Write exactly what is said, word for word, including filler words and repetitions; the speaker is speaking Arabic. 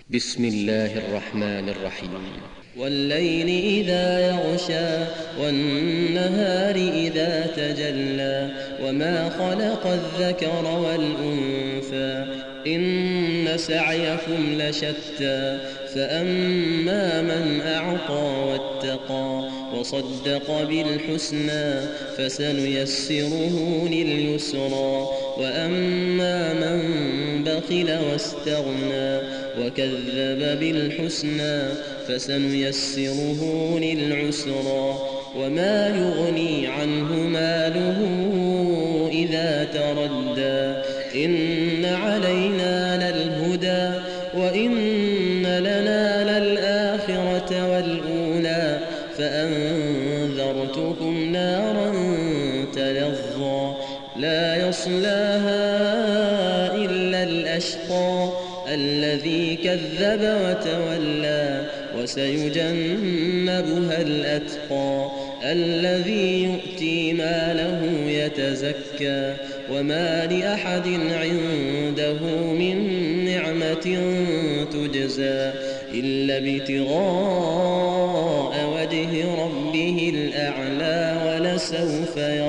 بسم الله الرحمن الرحيم. والليل إذا يغشى والنهار إذا تجلى وما خلق الذكر والأنثى إن سعيكم لشتى فأما من أعطى واتقى وصدق بالحسنى فسنيسره لليسرى وأما من بخل واستغنى وكذب بالحسنى فسنيسره للعسرى وما يغني عنه ماله إذا تردى إن علينا للهدى وإن لنا للآخرة والأولى فأنذرتكم نارا تلظى لا يصلاها إلا الأشقى الذي كذب وتولى وسيجنبها الأتقى الذي يؤتي ماله يتزكى وما لأحد عنده من نعمة تجزى إلا ابتغاء وجه ربه الأعلى ولسوف